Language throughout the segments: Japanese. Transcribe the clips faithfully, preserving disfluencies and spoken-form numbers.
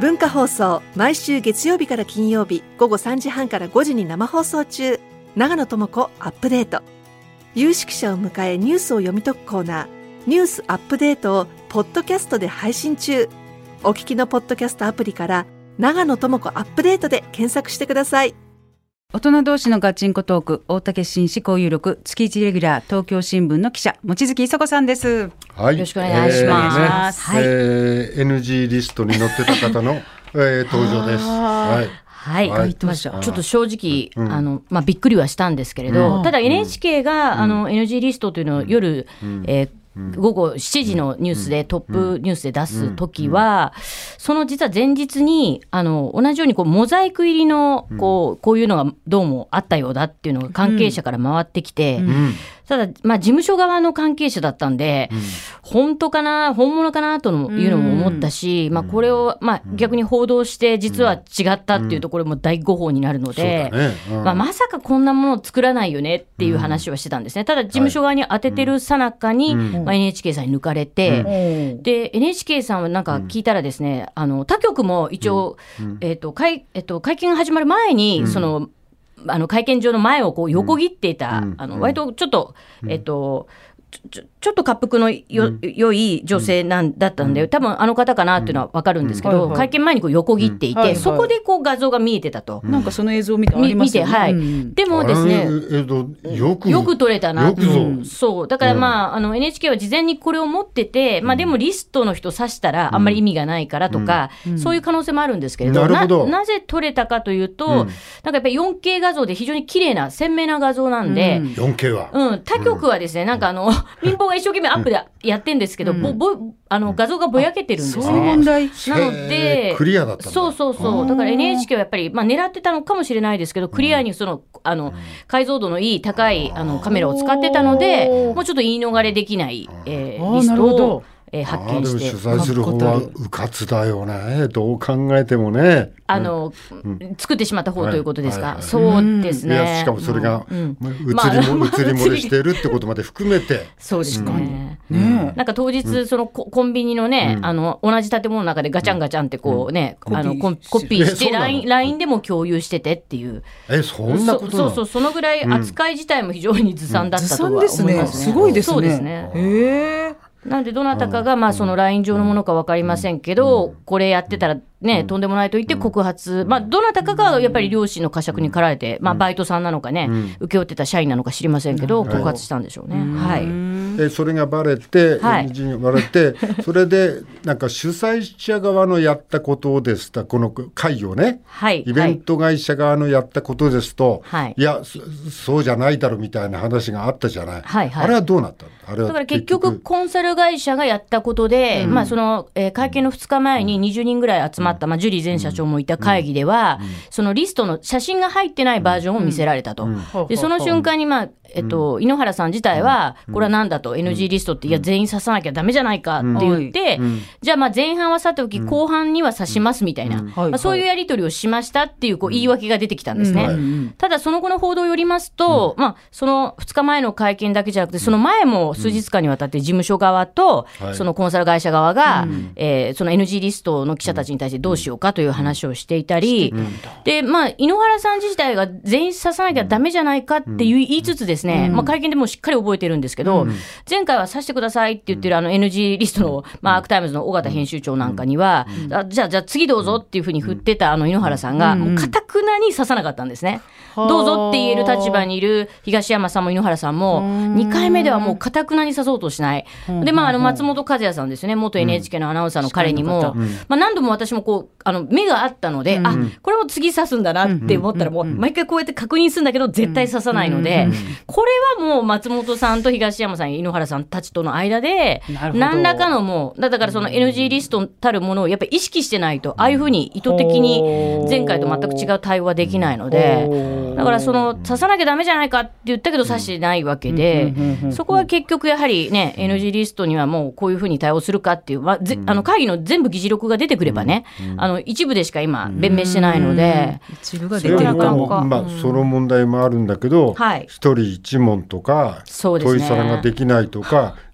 文化放送、毎週月曜日から金曜日午後さんじはんからごじに生放送中。長野智子アップデート。有識者を迎えニュースを読み解くコーナー、ニュースアップデートをポッドキャストで配信中。お聞きのポッドキャストアプリから長野智子アップデートで検索してください。 大人同士のガッチンコトーク、大竹紳士交友録月一レギュラー、東京新聞の記者望月磯子さんです。 はい、 よろしくお願いします。 えーねはいえー、エヌジー リストに載ってた方の、えー、登場です。はいはい、 はい、 まあ、ちょっと正直、 うんあのまあ、びっくりはしたんですけれど、 うん、 ただ エヌエイチケーが、うん、あの エヌジー リストというのを夜、 うんえー午後しちじのニュースで、トップニュースで出すときは、その実は前日にあの同じようにこうモザイク入りのこう、こういうのがどうもあったようだっていうのが関係者から回ってきて、 うんただ、まあ、事務所側の関係者だったんで、うん、本当かな、本物かなというのも思ったし、うんまあ、これを、まあ、逆に報道して、実は違ったっていうところも大誤報になるので、うんねうんまあ、まさかこんなものを作らないよねっていう話をしてたんですね。ただ、事務所側に当ててるさなかに、うんまあ、エヌエイチケー さんに抜かれて、うん、で、エヌエイチケー さんはなんか聞いたらですね、あの他局も一応、うんえーと会えーと、会見が始まる前に、うん、その、あの会見場の前をこう横切っていた、うん、あの割とちょっと、うん、えっとちょ、ちょっと滑覆のよ、うん、良い女性なんだったんで、多分あの方かなっていうのは分かるんですけど、うんはいはい、会見前にこう横切っていて、うんはいはい、そこでこう画像が見えてたと、 うん、なんかその映像を見てありますよね、 見て、はいうん、でもですねよく、 よく撮れたなと、そうだからまあ、うん、あの エヌエイチケー は事前にこれを持ってて、まあ、でもリストの人指したらあんまり意味がないからとか、うん、そういう可能性もあるんですけれど、うん、な, なぜ撮れたかというと、うん、なんかやっぱり よんケー 画像で非常に綺麗な鮮明な画像なんで、うん、 よんケー は、 うん、他局はですね、なんかあの民放が一生懸命アップでやってるんですけど、うん、ぼぼあの画像がぼやけてるんですね。 そういう問題なのでクリアだったんだ。 そうそうそう。だから エヌエイチケー はやっぱり、まあ、狙ってたのかもしれないですけど、クリアにその、あの解像度のいい高いあのカメラを使ってたので、もうちょっと言い逃れできない、えー、リストをえー、発見して。 取材する方はうかつだよね、どう考えてもね。 あの、うん、作ってしまった方ということですか、はいはいはい、そうですね。 いやしかもそれが、うん、移りも、まあ、移り漏れしてるってことまで含めてそうですね、うんね、なんか当日そのコンビニのね、うん、あの同じ建物の中でガチャンガチャンってこうね、うん、あのコピーして ライン, ラインでも共有しててっていう、 えそんなことなの。 そうそう、そのぐらい扱い自体も非常にずさんだったとは思いますね、 うん、ずさんですね。すごいですね。 そうですね。 へー。 なんでどなたかがまあそのライン上のものか分かりませんけど、これやってたらね、とんでもないと言って告発、まあどなたかがやっぱり両親の呵責に駆られて、まあバイトさんなのかね、請け負ってた社員なのか知りませんけど、告発したんでしょうね。はい。 でそれがバレて、 はい、 エヌジー にバレて、それでなんか主催者側のやったことですと、この会をね、 はい、 イベント会社側のやったことですと、 はい、 いや そ, そうじゃないだろみたいな話があったじゃない。 はいはい、 あれはどうなったの。あれはだから結局コンサル会社がやったことで、うんまあそのえー、会見のふつかまえににじゅうにんぐらい集まった、まあ、ジュリー前社長もいた会議では、うんうん、そのリストの写真が入ってないバージョンを見せられたと、うんうん、でその瞬間に、まあえっと、井ノ原さん自体はこれはなんだと、うん、エヌジー リストっていや全員指さなきゃダメじゃないかって言って、うん、じゃあまあ前半はさておき後半には指しますみたいな、うんまあ、そういうやり取りをしましたっていう、こう言い訳が出てきたんですね、うん、ただその後の報道をよりますと、うんまあ、そのふつかまえの会見だけじゃなくてその前も数日間にわたって事務所側とそのコンサル会社側が、うんえー、その エヌジー リストの記者たちに対してどうしようかという話をしていたり、うん、でまあ、井ノ原さん自体が全員指さなきゃダメじゃないかって言いつつですね、うんまあ、会見でもしっかり覚えてるんですけど、うん、前回は指してくださいって言ってるあの エヌジー リストの、まあ、アークタイムズの尾形編集長なんかには、うん、あじゃあじゃあ次どうぞっていうふうに振ってたあの井ノ原さんがもう堅くなに指さなかったんですね、うん、どうぞって言える立場にいる東山さんも井ノ原さんもにかいめではもう堅くなに指そうとしない、うん、で、まあ、あの松本和也さんですよね、元 エヌエイチケー のアナウンサーの彼にも、うんまあ、何度も私もこうあの目があったので、うん、あこれも次指すんだなって思ったらもう毎回こうやって確認するんだけど絶対指さないので、これはもう松本さんと東山さん井ノ原さんたちとの間で何らかのもうだからその エヌジー リストたるものをやっぱり意識してないとああいうふうに意図的に前回と全く違う対応はできないので、だからその指さなきゃダメじゃないかって言ったけど指してないわけで、そこは結局やはりね エヌジー リストにはもうこういうふうに対応するかっていう、まあ、ぜあの会議の全部議事録が出てくればね、あの一部でしか今弁明してないので、 一部が出てるかもか、 まあ、その問題もあるんだけど、 はい、 一人一問とか、 そうですね、 問い皿ができないとか、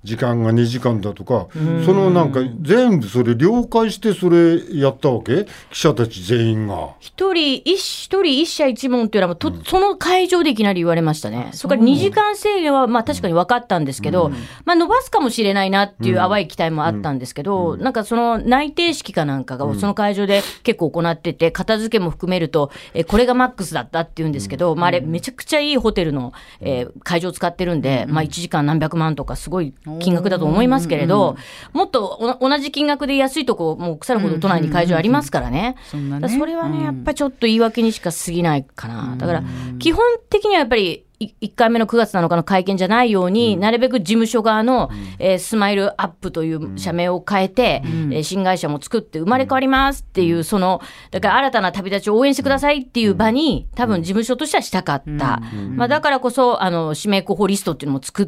時間がにじかんだとか、そのなんか全部それ了解してそれやったわけ、記者たち全員が。 一人一一人一社一問っていうのはと、うん、その会場でいきなり言われましたね。それからにじかん制限はまあ確かに分かったんですけど、うん、まあ、伸ばすかもしれないなっていう淡い期待もあったんですけど、うん、なんかその内定式かなんかがその会場で結構行ってて、片付けも含めるとえこれがマックスだったっていうんですけど、まあ、あれめちゃくちゃいいホテルの、えー、会場を使ってるんで、まあ、いちじかん何百万とかすごい金額だと思いますけれど、もっと同じ金額で安いとこもう腐るほど都内に会場ありますからね。それはねやっぱりちょっと言い訳にしか過ぎないかな。だから基本的にはやっぱりいっかいめのくがつなのかの会見じゃないように、うん、なるべく事務所側の、うんえー、スマイルアップという社名を変えて、うんえー、新会社も作って生まれ変わりますっていう、そのだから新たな旅立ちを応援してくださいっていう場に多分事務所としてはしたかった、うんまあ、だからこそあの指名候補リストっていうのも作って、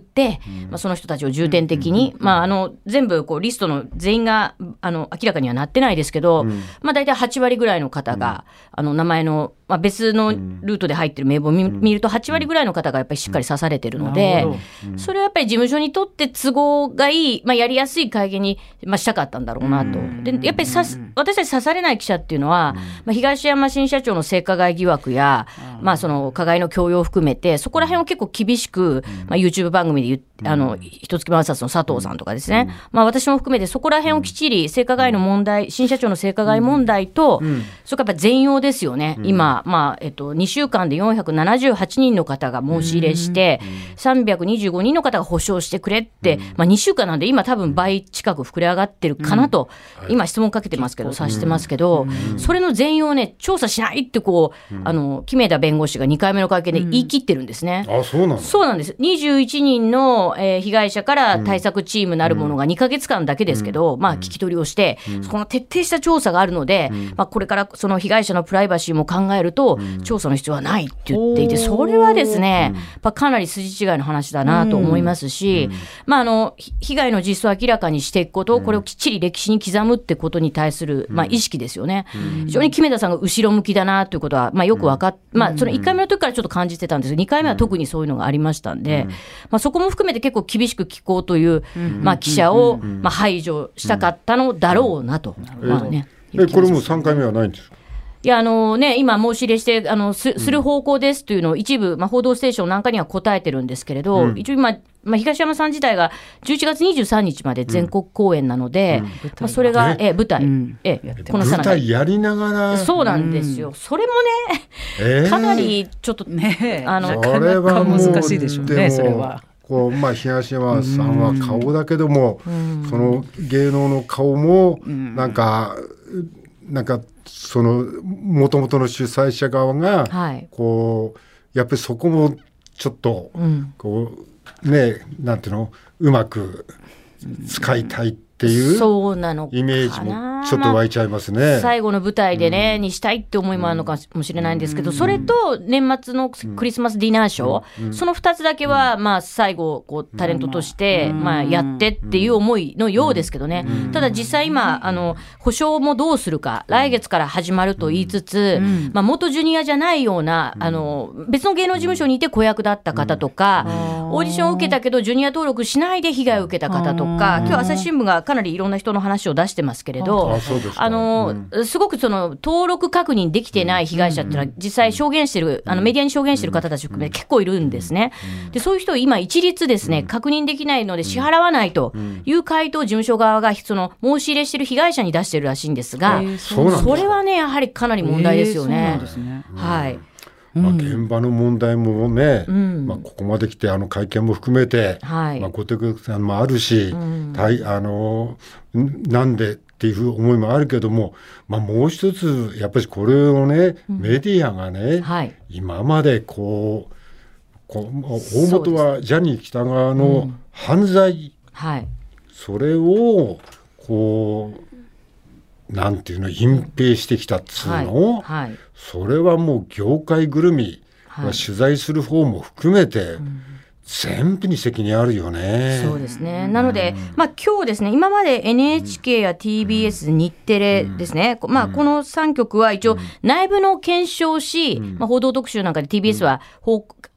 うんまあ、その人たちを重点的に、うんまあ、あの全部こうリストの全員があの明らかにはなってないですけど、うんまあ、大体はちわりぐらいの方が、うん、あの名前のまあ、別のルートで入ってる名簿を 見,、うん、見るとはちわりぐらいの方がやっぱりしっかり刺されてるので、うん、それはやっぱり事務所にとって都合がいい、まあ、やりやすい会見に、まあ、したかったんだろうなと。でやっぱりさ私たち刺されない記者っていうのは、うんまあ、東山新社長の性加害疑惑や、うんまあ、その加害の強要を含めてそこら辺を結構厳しく、まあ、YouTube 番組で言ってあの一月万冊の佐藤さんとかですね、うんまあ、私も含めてそこら辺をきっちり性加害の問題、新社長の性加害問題と、うん、それからやっぱ全容ですよね、うん、今まあえっと、にしゅうかんでよんひゃくななじゅうはちにんの方が申し入れして、うん、さんびゃくにじゅうごにんの方が保証してくれって、うんまあ、にしゅうかんなんで今多分倍近く膨れ上がってるかなと、うん、今質問かけてますけど、察してますけど、うん、それの全容をね調査しないってこう、うん、あの木目田弁護士がにかいめの会見で言い切ってるんですね、 うん、あそうなんだ。 そうなんです。にじゅういちにんの、えー、被害者から対策チームなるものがにかげつかんだけですけど、うんまあ、聞き取りをして、うん、そこの徹底した調査があるので、うんまあ、これからその被害者のプライバシーも考えると、うん調査の必要はないって言っていて、それはですね、やっぱかなり筋違いの話だなと思いますし、うんまあ、あの被害の実相を明らかにしていくこと、これをきっちり歴史に刻むってことに対する、まあ、意識ですよね、うん、非常に木目田さんが後ろ向きだなということは、まあ、よく分かっ、まあ、そのいっかいめの時からちょっと感じてたんですけど、にかいめは特にそういうのがありましたんで、まあ、そこも含めて結構厳しく聞こうという、まあ、記者を、まあ、排除したかったのだろうなと、まあね、 えこれもうさんかいめはないんですか。 いやあのね、今申し入れしてあの す, する方向ですというのを一部、まあ、報道ステーションなんかには答えてるんですけれど、うん、一応今、まあ、東山さん自体がじゅういちがつにじゅうさんにちまで全国公演なので、うんうんまあ、それがえ舞台、うんえこの舞台やりながらそうなんですよ、うん、それもね、えー、かなりちょっと、ね、 あのなかなか難しいでしょうね。それはこうまあ、東山さんは顔だけども、うん、その芸能の顔もなんか、うん、なんかその元々の主催者側が、はい、こうやっぱりそこもちょっとこう、うん、ねなんていうのうまく使いたいっていうイメージもちょっと湧いちゃいますね、まあ、 最後の舞台でね、うん、にしたいって思いもあるのかもしれないんですけど、うん、それと年末のクリスマスディナーショー、うん、そのふたつだけは、まあ、最後こうタレントとして、うんまあ、やってっていう思いのようですけどね、うん、ただ実際今あの補償もどうするか来月から始まると言いつつ、うんまあ、元ジュニアじゃないようなあの別の芸能事務所にいて子役だった方とか、うん、オーディションを受けたけどジュニア登録しないで被害を受けた方とか、今日朝日新聞がかなりいろんな人の話を出してますけれど、ああの、うん、すごくその登録確認できてない被害者っていうのは実際証言してる、あのメディアに証言してる方たち含めて結構いるんですね。でそういう人を今一律ですね、確認できないので支払わないという回答を事務所側がその申し入れしてる被害者に出してるらしいんですが、それはねやはりかなり問題ですよね。はい。 まあ、現場の問題もね、うんまあ、ここまで来てあの会見も含めて、はいまあ、ごてくさんもあるし、うん、あのなんでっていう思いもあるけども、まあ、もう一つやっぱりこれをね、うん、メディアがね、はい、今までこう、こう大元はジャニー喜多川の犯罪、うんはい、それをこうなんていうの隠蔽してきたっつうの、はいはい、それはもう業界ぐるみ、はい、取材する方も含めて、うん、全部に責任あるよね。 そうですね。なので、まあ、今日ですね、今まで エヌエイチケー や ティービーエス、日テレですね、うんまあ、このさんきょくは一応内部の検証し、うんまあ、報道特集なんかで ティービーエス は報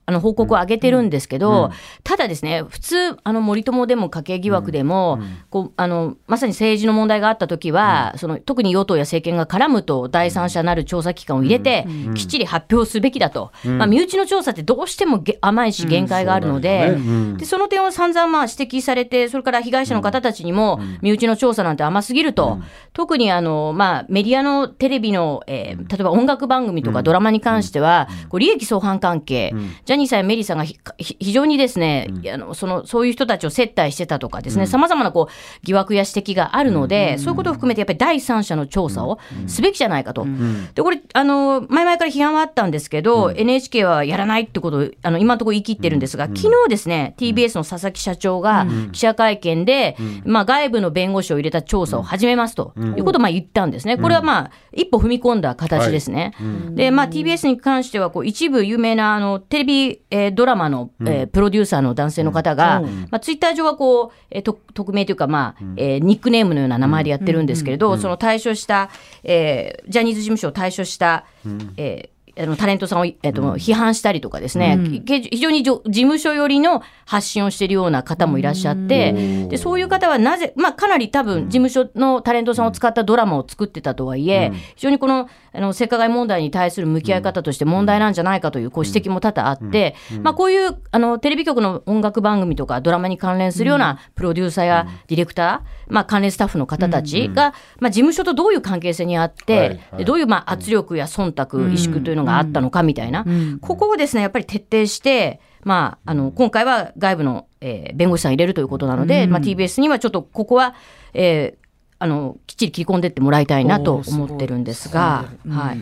あの報告を上げてるんですけど、うん、ただですね、普通あの森友でも家計疑惑でも、うん、こうあのまさに政治の問題があったときは、うん、その特に与党や政権が絡むと第三者なる調査機関を入れて、うん、きっちり発表すべきだと、うんまあ、身内の調査ってどうしても甘いし限界があるので、うん そ, ねうん、でその点を散々まあ指摘されて、それから被害者の方たちにも、うん、身内の調査なんて甘すぎると、うん、特にあの、まあ、メディアのテレビの、えー、例えば音楽番組とかドラマに関しては、うん、こう利益相反関係、うん、ジャニーさんやメリーさんが非常にですね、うん、あのそのそういう人たちを接待してたとかですね、さまざまなこう疑惑や指摘があるので、うん、そういうことを含めてやっぱり第三者の調査をすべきじゃないかと、うん、でこれあの前々から批判はあったんですけど、うん、エヌエイチケー はやらないってことをあの今のところ言い切ってるんですが、うん、昨日ですね ティービーエス の佐々木社長が記者会見で、うんまあ、外部の弁護士を入れた調査を始めますということをまあ言ったんですね。これはまあ一歩踏み込んだ形ですね、はいうんでまあ、ティービーエス に関してはこう一部有名なあのテレビ、えー、ドラマの、えー、プロデューサーの男性の方が、うんまあ、ツイッター上はこう、えー、と匿名というか、まあえー、ニックネームのような名前でやってるんですけれど、うん、その退所した、えー、ジャニーズ事務所を退所した、うんえーあのタレントさんを、えーとうん、批判したりとかですね、うん、非常に事務所寄りの発信をしているような方もいらっしゃって、うん、でそういう方はなぜ、まあ、かなり多分事務所のタレントさんを使ったドラマを作ってたとはいえ、うん、非常にこの、あの性加害問題に対する向き合い方として問題なんじゃないかという、こう指摘も多々あって、うんうんまあ、こういうあのテレビ局の音楽番組とかドラマに関連するようなプロデューサーやディレクター、まあ、関連スタッフの方たちが、まあ、事務所とどういう関係性にあって、はいはい、でどういうまあ圧力や忖度、萎縮というのがあったのかみたいな、ここをですねやっぱり徹底して、まあ、あの今回は外部の、えー、弁護士さん入れるということなので、まあ、ティービーエス にはちょっとここは、えーあのきっちり切り込んでってもらいたいなと思ってるんですが、はい、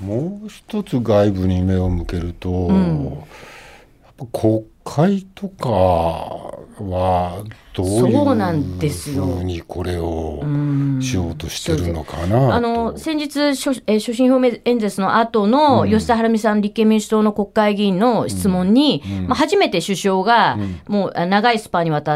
もう一つ外部に目を向けると、うん、やっぱ国会とかはどういうふうにこれをしようとしてるのかなと。 あの先日所、えー、所信表明演説の後の吉田晴美さん、立憲民主党の国会議員の質問に、うんまあ、初めて首相が、うん、もう長いスパンにわたって、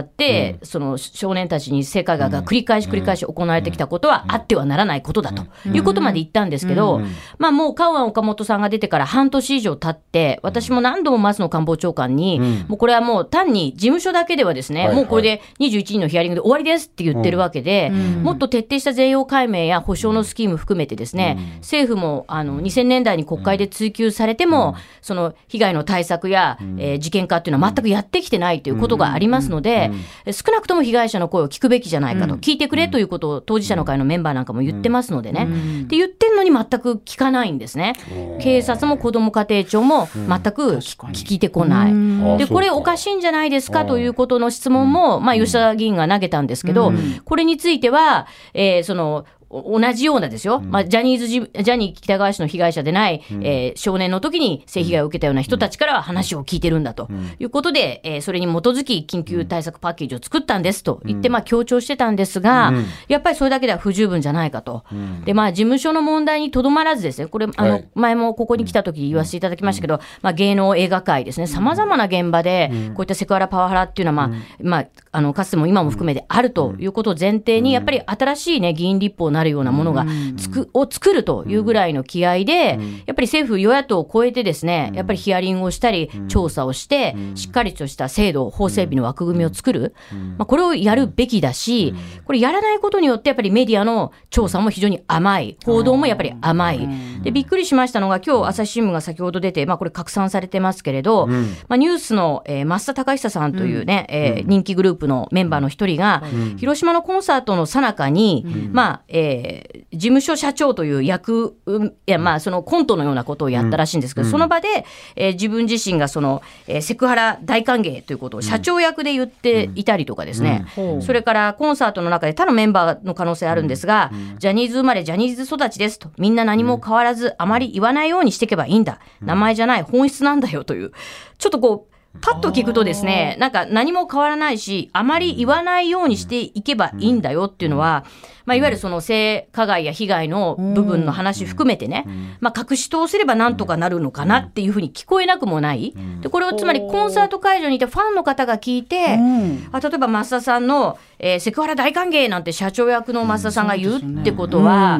うん、その少年たちに性加害が繰り返し繰り返し行われてきたことはあってはならないことだということまで言ったんですけど、うんうんまあ、もうカウアン岡本さんが出てから半年以上経って私も何度も松野官房長官に、うん、もうこれはもう単に事務所だけではですね、はいはい、もうこれでにじゅういちにんのヒアリングで終わりですって言ってるわけで、うん、もっと徹底した全容解明や補償のスキーム含めてですね、うん、政府もあのにせんねんだいに国会で追及されても、うん、その被害の対策や、うんえー、事件化っていうのは全くやってきてないということがありますので、うん、少なくとも被害者の声を聞くべきじゃないかと、うん、聞いてくれということを当事者の会のメンバーなんかも言ってますのでね、うん、って言ってんのに全く聞かないんですね、うん、警察も子ども家庭庁も全く聞いてこない、うん、でこれおかしいんじゃないですかということの質問も、まあ、吉田議員が投げたんですけど、うん、これについては、えー、その同じようなですよ、まあ、ジャニーズジャニー喜多川氏の被害者でない、うんえー、少年の時に性被害を受けたような人たちからは話を聞いてるんだということで、うんえー、それに基づき緊急対策パッケージを作ったんですと言って、まあ、強調してたんですが、うん、やっぱりそれだけでは不十分じゃないかと、うん、で、まあ、事務所の問題にとどまらずですね、これあの、はい、前もここに来た時言わせていただきましたけど、まあ、芸能映画界ですね、さまざまな現場でこういったセクハラパワハラっていうのは、まあまあ、あのかつても今も含めてあるということを前提に、やっぱり新しい、ね、議員立法になるようなものがつくを作るというぐらいの気合で、やっぱり政府与野党を超えてですね、やっぱりヒアリングをしたり調査をしてしっかりとした制度法整備の枠組みを作る、まあ、これをやるべきだし、これやらないことによってやっぱりメディアの調査も非常に甘い、報道もやっぱり甘いで、びっくりしましたのが今日朝日新聞が先ほど出て、まあ、これ拡散されてますけれど、まあ、ニュースの、えー、増田隆久さんというね、えー、人気グループのメンバーの一人が広島のコンサートの最中に、まあえー、事務所社長という役、いやまあそのコントのようなことをやったらしいんですけど、うん、その場で、えー、自分自身がその、えー、セクハラ大歓迎ということを社長役で言っていたりとかですね、うんうん、それからコンサートの中で他のメンバーの可能性あるんですが、うん、ジャニーズ生まれジャニーズ育ちですと、みんな何も変わらずあまり言わないようにしていけばいいんだ、名前じゃない本質なんだよという、ちょっとこうパッと聞くとですね、なんか何も変わらないしあまり言わないようにしていけばいいんだよっていうのは、まあ、いわゆるその性加害や被害の部分の話含めてね、まあ、隠し通せればなんとかなるのかなっていうふうに聞こえなくもない。でこれをつまりコンサート会場にいてファンの方が聞いて、あ例えば増田さんの、えー、セクハラ大歓迎なんて社長役の増田さんが言うってことは、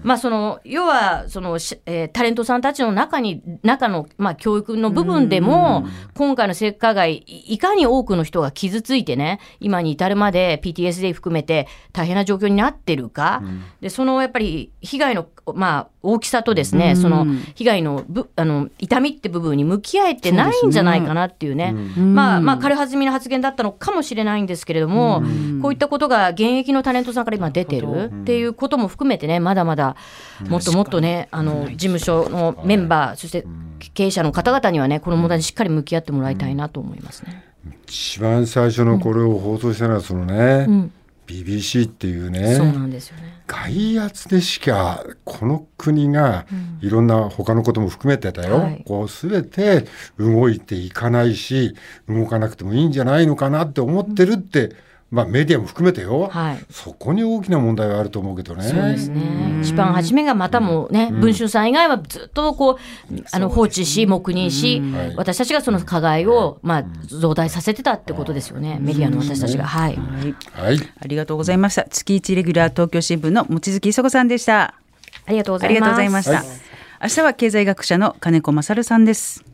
まあ、その要はその、えー、タレントさんたちの中に中の、まあ、教育の部分でも今回の性加害いかに多くの人が傷ついてね今に至るまで ピーティーエスディー 含めて大変な状況になってるか、うん、でそのやっぱり被害の、まあ、大きさとですね、うん、その被害のぶあの痛みって部分に向き合えてないんじゃないかなっていうね、うん、まあまあ軽はずみな発言だったのかもしれないんですけれども、うん、こういったことが現役のタレントさんから今出てるっていうことも含めてねまだまだもっともっとねあの事務所のメンバーそして経営者の方々にはねこの問題にしっかり向き合ってもらいたいなと思いますね。 一番最初のこれを放送したのはそのね、うん、ビービーシー っていうね、 そうなんですよね。 外圧でしかこの国がいろんな他のことも含めてだよ、うんはい、こう全て動いていかないし動かなくてもいいんじゃないのかなって思ってるって、うんまあ、メディアも含めてよ、はい、そこに大きな問題があると思うけどね。 そうですね。一番初めがまたもね、うん、文春さん以外はずっとこうあの放置し黙認し、うん、私たちがその加害を、まあ、増大させてたってことですよね、うん、メディアの私たちが、はいはい、ありがとうございました。月一レギュラー東京新聞の望月磯子さんでした。 ありがとうございます。 ありがとうございました、はい、明日は経済学者の金子勝さんです。